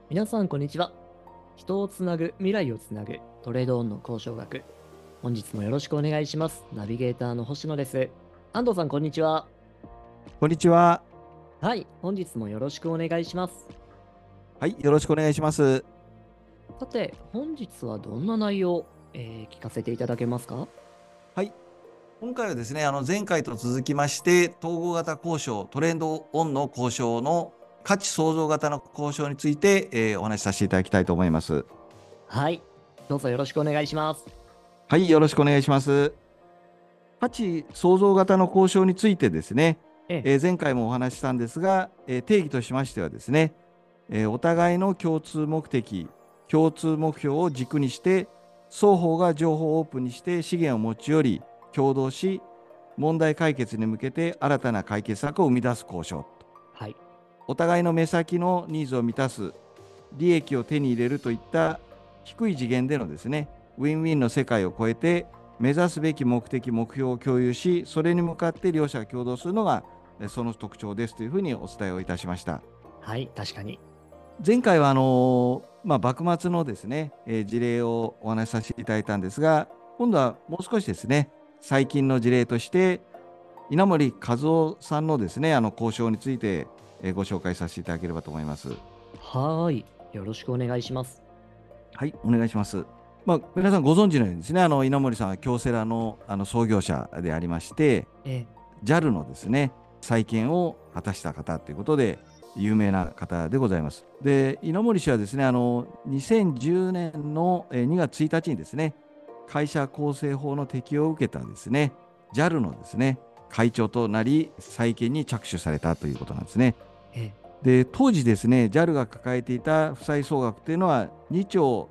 皆さん、こんにちは。人をつなぐ、未来をつなぐ、トレードオンの交渉学。本日もよろしくお願いします。ナビゲーターの星野です。安藤さん、こんにちは。 こんにちは。 はい、本日もよろしくお願いします。 はい、よろしくお願いします。 さて、本日はどんな内容、聞かせていただけますか？ はい、今回はですね、前回と続きまして、統合型交渉、トレンドオンの交渉の価値創造型の交渉について、お話しさせていただきたいと思います。 はい、どうぞよろしくお願いします。 はい、よろしくお願いします。価値創造型の交渉についてですね、 ええ、 前回もお話ししたんですが、定義としましてはですね、お互いの共通目的、共通目標を軸にして、双方が情報をオープンにして資源を持ち寄り、共同し、問題解決に向けて新たな解決策を生み出す交渉。 はい、 お互いの目先のニーズを満たす、利益を手に入れるといった低い次元でのですね、ウィンウィンの世界を超えて、目指すべき目的、目標を共有し、それに向かって両者が共同するのがその特徴ですというふうにお伝えをいたしました。 はい、確かに。 前回は幕末のですね、事例をお話しさせていただいたんですが、今度はもう少しですね、最近の事例として稲森和夫さんのですね、交渉について、ご紹介させていただければと思います。 はーい、よろしくお願いします。 はい、お願いします。皆さんご存知のようにですね、稲森さんは京セラの、創業者でありまして、 ええ、 JAL のですね、再建を果たした方ということで、有名な方でございます。で、稲森氏はですね、2010年の2月1日にですね、会社構成法の適用を受けたですね、JAL のですね、会長となり、再建に着手されたということなんですね。 ええ、 で、当時ですね、JAL が抱えていた負債総額というのは2兆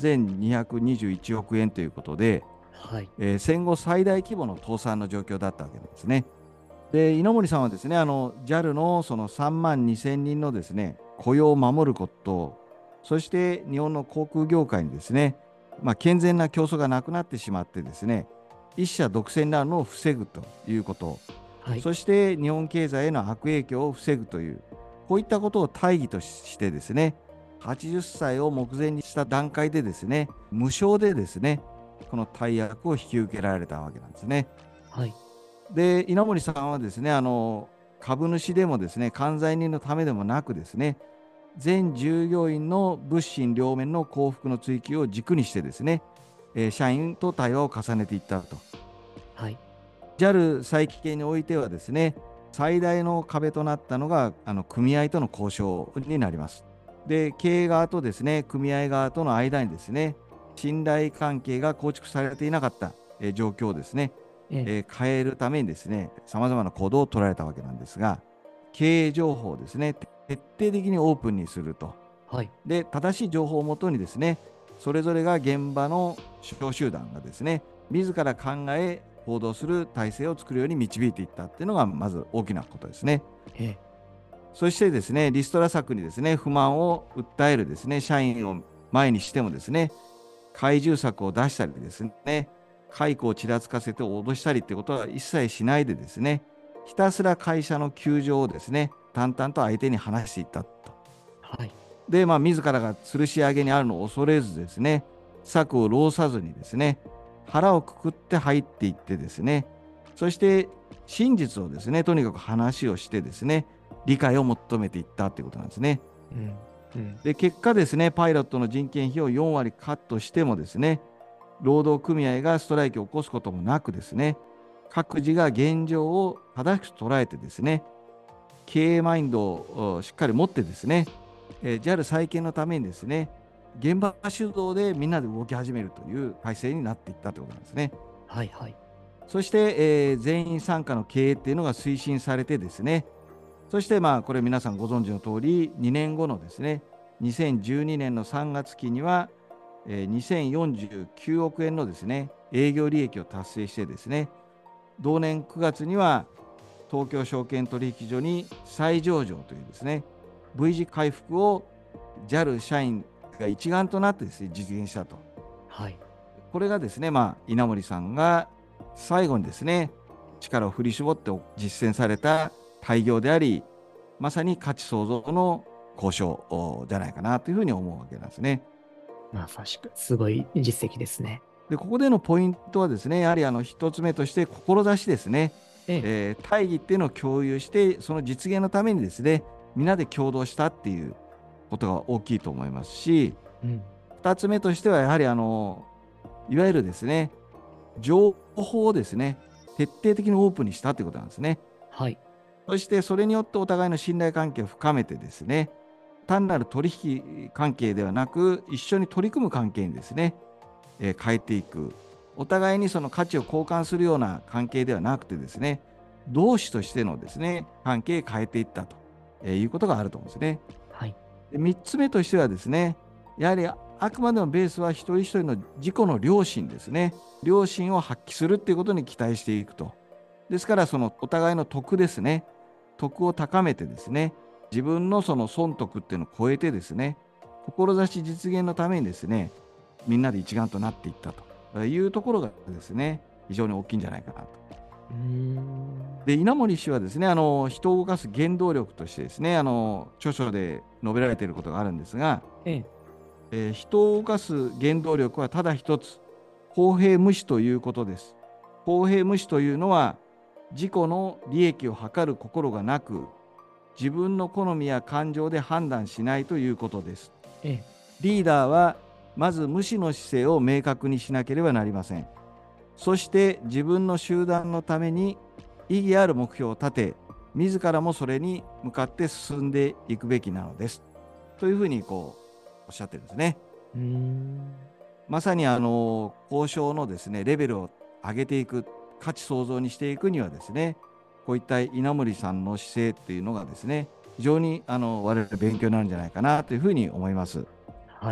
3221億円ということで、 はい、 戦後最大規模の倒産の状況だったわけなんですね。で、稲森さんはですね、JAL のその3万2000人のですね、雇用を守ること、そして日本の航空業界にですね、健全な競争がなくなってしまってですね、一社独占になるのを防ぐということ、 はい、 そして日本経済への悪影響を防ぐという、こういったことを大義としてですね、80歳を目前にした段階でですね、無償でですね、この大役を引き受けられたわけなんですね。 はい、 で、稲森さんはですね、株主でもですね、管財人のためでもなくですね、全従業員の物心両面の幸福の追求を軸にしてですね、社員と対話を重ねていったと。 はい、 JAL 再起系においてはですね、最大の壁となったのが組合との交渉になります。で、経営側とですね、組合側との間にですね、信頼関係が構築されていなかった、状況をですね、 ええ、 変えるためにですね、さまざまな行動を取られたわけなんですが、経営情報をですね、徹底的にオープンにすると。 はい、 で、正しい情報をもとにですね、それぞれが現場の小集団がですね、自ら考え、行動する体制を作るように導いていったっていうのがまず大きなことですね。 ええ、 そしてですね、リストラ策にですね、不満を訴えるですね、社員を前にしてもですね、懐柔策を出したりですね、解雇をちらつかせて脅したりってことは一切しないでですね、ひたすら会社の窮状をですね、淡々と相手に話していったと。 はい、 で、自らが吊るし上げにあるのを恐れずですね、策を浪さずにですね、腹をくくって入っていってですね、そして真実をですね、とにかく話をしてですね、理解を求めていったということなんですね。 うん、うん、 で、結果ですね、パイロットの人件費を4割カットしてもですね、労働組合がストライキを起こすこともなくですね、各自が現状を正しく捉えてですね、経営マインドをしっかり持ってですね、JAL 再建のためにですね、現場主導でみんなで動き始めるという体制になっていったということなんですね。 はい、はい、 そして、全員参加の経営っていうのが推進されてですね、そしてこれ皆さんご存知の通り、2年後のですね、2012年の3月期には、2049億円のですね、営業利益を達成してですね、同年9月には東京証券取引所に再上場というですね、V 字回復を JAL 社員が一丸となってですね、実現したと。 はい、 これがですね、稲森さんが最後にですね、力を振り絞って実践された大業であり、まさに価値創造の交渉じゃないかなというふうに思うわけなんですね。 まさしく、すごい実績ですね。 で、ここでのポイントはですね、やはり一つ目として志ですね。大義っていうのを共有して、その実現のためにですね、皆で共同したっていうことが大きいと思いますし、2つ目としてはやはりいわゆるですね、情報をですね、徹底的にオープンにしたということなんですね。 はい。 そしてそれによってお互いの信頼関係を深めてですね、単なる取引関係ではなく、一緒に取り組む関係にですね、変えていく。お互いにその価値を交換するような関係ではなくてですね、同志としてのですね、関係を変えていったということがあると思うんですね。 はい。 で、3つ目としてはですね、やはりあくまでもベースは一人一人の自己の良心ですね。良心を発揮するっていうことに期待していくと。ですから、そのお互いの徳ですね。徳を高めてですね、自分のその損得っていうのを超えてですね、志実現のためにですね、みんなで一丸となっていったというところがですね、非常に大きいんじゃないかなと。で、稲盛氏はですね、人を動かす原動力としてですね、著書で述べられていることがあるんですが、人を動かす原動力はただ一つ、公平無私ということです。公平無私というのは、自己の利益を図る心がなく、自分の好みや感情で判断しないということです。リーダーはまず無私の姿勢を明確にしなければなりません。そして自分の集団のために意義ある目標を立て、自らもそれに向かって進んでいくべきなのです。というふうにおっしゃってるんですね。まさに交渉のですね、レベルを上げていく、価値創造にしていくにはですね、こういった稲盛さんの姿勢っていうのがですね、非常に我々勉強になるんじゃないかなというふうに思います。 はい。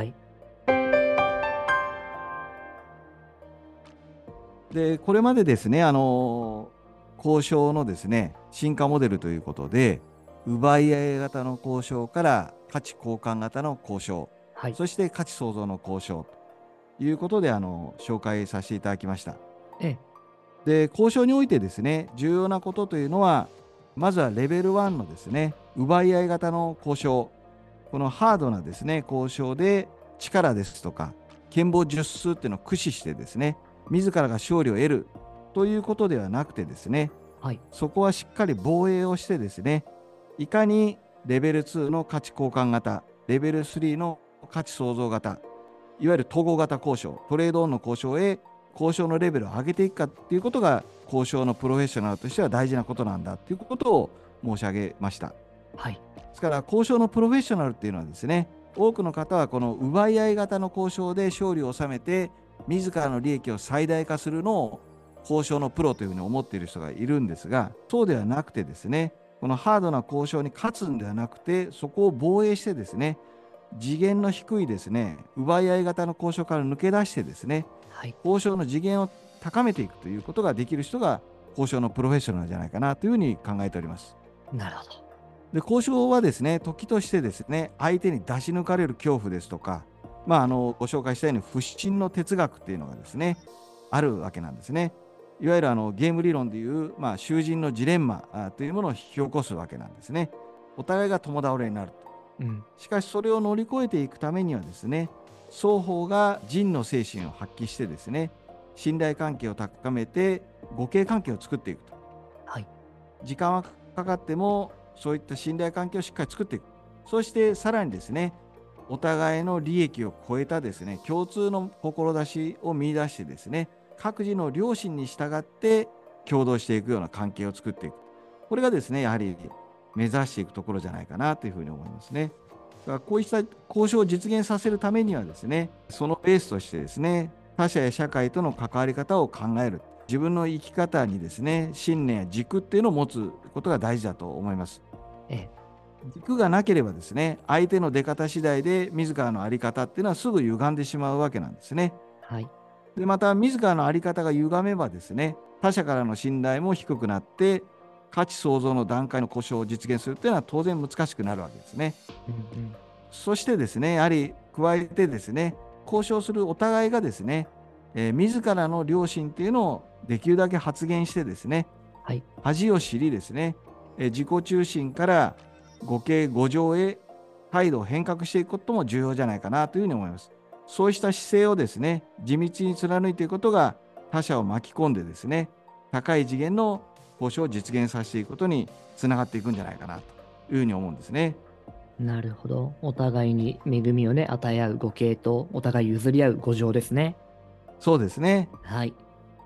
で、これまでですね、交渉のですね、進化モデルということで、奪い合い型の交渉から価値交換型の交渉、そして価値創造の交渉ということで紹介させていただきました。で、交渉においてですね、重要なことというのは、まずはレベル1のですね、奪い合い型の交渉、このハードなですね、交渉で力ですとか、権謀術数っていうのを駆使してですね、自らが勝利を得るということではなくてですね、そこはしっかり防衛をしてですね、いかにレベル2の価値交換型、レベル3の価値創造型、いわゆる統合型交渉、トレードオンの交渉へ交渉のレベルを上げていくかっていうことが交渉のプロフェッショナルとしては大事なことなんだっていうことを申し上げました。ですから交渉のプロフェッショナルっていうのはですね、多くの方はこの奪い合い型の交渉で勝利を収めて自らの利益を最大化するのを交渉のプロというふうに思っている人がいるんですが、そうではなくてですね、このハードな交渉に勝つんではなくて、そこを防衛してですね、次元の低いですね、奪い合い型の交渉から抜け出してですね、交渉の次元を高めていくということができる人が交渉のプロフェッショナルじゃないかなというふうに考えております。 なるほど。 で、交渉はですね、時としてですね、相手に出し抜かれる恐怖ですとか、ご紹介したように不信の哲学っていうのがですね、あるわけなんですね。いわゆるゲーム理論でいう、囚人のジレンマというものを引き起こすわけなんですね。お互いが共倒れになると。しかしそれを乗り越えていくためにはですね、双方が仁の精神を発揮してですね、信頼関係を高めて互恵関係を作っていくと。時間はかかってもそういった信頼関係をしっかり作っていく。そしてさらにですね、お互いの利益を超えたですね、共通の志を見出してですね、各自の良心に従って共同していくような関係を作っていく。これがですね、やはり目指していくところじゃないかなというふうに思いますね。だからこうした交渉を実現させるためにはですね、そのベースとしてですね、他者や社会との関わり方を考える。自分の生き方にですね、信念や軸っていうのを持つことが大事だと思います。軸がなければですね、相手の出方次第で自らの在り方っていうのはすぐ歪んでしまうわけなんですね。で、また自らの在り方が歪めばですね、他者からの信頼も低くなって価値創造の段階の故障を実現するというのは当然難しくなるわけですね。そしてですね、やはり加えてですね、交渉するお互いがですね、自らの良心っていうのをできるだけ発言してですね、恥を知りですね、自己中心から互恵互譲へ態度を変革していくことも重要じゃないかなというふうに思います。そうした姿勢をですね、地道に貫いていくことが他者を巻き込んでですね、高い次元の交渉を実現させていくことにつながっていくんじゃないかなというふうに思うんですね。 なるほど。お互いに恵みをね、与え合う互恵と、お互い譲り合う互譲ですね。 そうですね。 はい。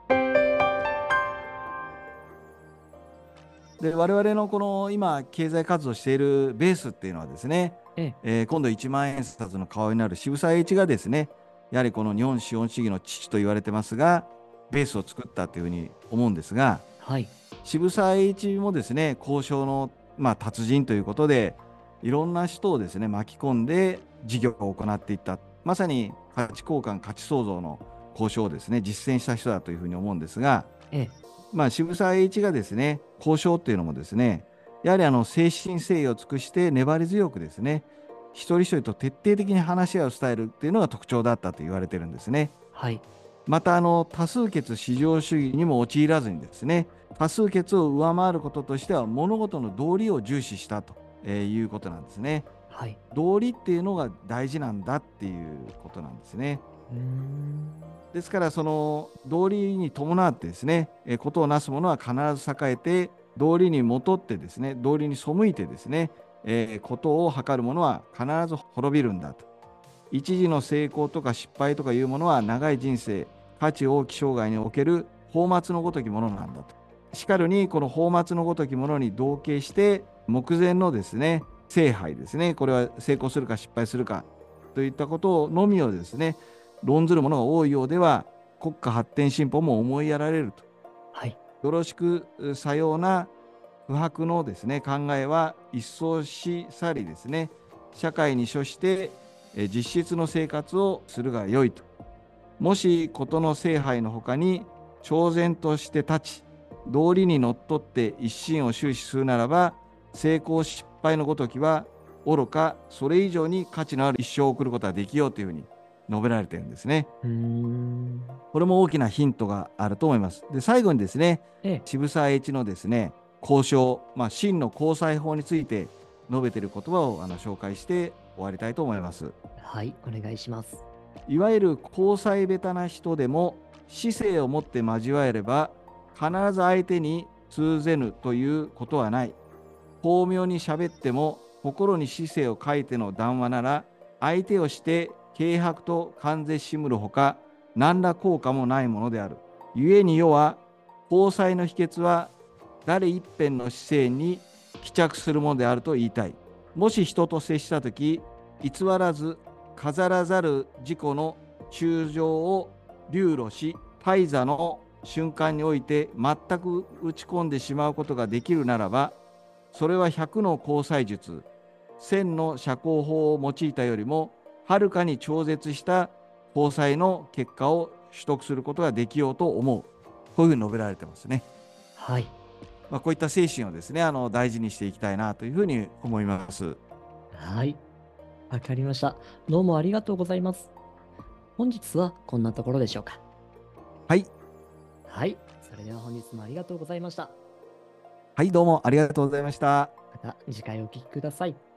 で、我々のこの今経済活動しているベースっていうのはですね、 ええ。 今度1万円札の顔になる渋沢栄一がですね、やはりこの日本資本主義の父と言われてますが、ベースを作ったというふうに思うんですが、 はい。 渋沢栄一もですね、交渉の、達人ということで、いろんな人をですね、巻き込んで事業を行っていった。まさに価値交換、価値創造の交渉をですね、実践した人だというふうに思うんですが、 ええ。 渋沢栄一がですね、交渉っていうのもですね、やはり誠心誠意を尽くして粘り強くですね、一人一人と徹底的に話し合うスタイルっていうのが特徴だったと言われてるんですね。 はい。 また多数決至上主義にも陥らずにですね、多数決を上回ることとしては物事の道理を重視したということなんですね。 はい。 道理っていうのが大事なんだっていうことなんですね。 うーん。 ですからその道理に伴ってですね、ことをなす者は必ず栄えて、道理にもとってですね、道理に背いてですね、ことを図る者は必ず滅びるんだと。一時の成功とか失敗とかいうものは長い人生、価値大き生涯における泡沫のごときものなんだと。しかるにこの泡沫のごときものに同型して目前のですね、聖杯ですね、これは成功するか失敗するかといったことのみをですね、論ずる者が多いようでは国家発展進歩も思いやられると。 はい。 よろしくさような不白のですね、考えは一掃し去りですね、社会に処して実質の生活をするがよいと。もし事の聖杯のほかに超然として立ち、道理にのっとって一心を終始するならば、成功失敗のごときは愚か、それ以上に価値のある一生を送ることができようというふうに述べられているんですね。 うーん。 これも大きなヒントがあると思います。で、最後にですね、 ええ。 渋沢栄一のですね、交渉、真の交際法について述べている言葉を紹介して終わりたいと思います。 はい。お願いします。 いわゆる交際下手な人でも知性を持って交わえれば必ず相手に通ぜぬということはない。巧妙に喋っても心に知性を書いての談話なら相手をして軽薄と感ぜしむるほか何ら効果もないものである。故に世は交際の秘訣は誰一辺の知性に帰着するものであると言いたい。もし人と接したとき偽らず飾らざる自己の中情を流露し大座の瞬間において全く打ち込んでしまうことができるならば、それは100の交際術、1000の社交法を用いたよりもはるかに超絶した交際の結果を取得することができようと思う。こういうふうに述べられてますね。 はい。 こういった精神をですね、大事にしていきたいなというふうに思います。 はい。わかりました。どうもありがとうございます。本日はこんなところでしょうか。 はい。 はい。それでは本日もありがとうございました。 はい、どうもありがとうございました。 また次回お聞きください。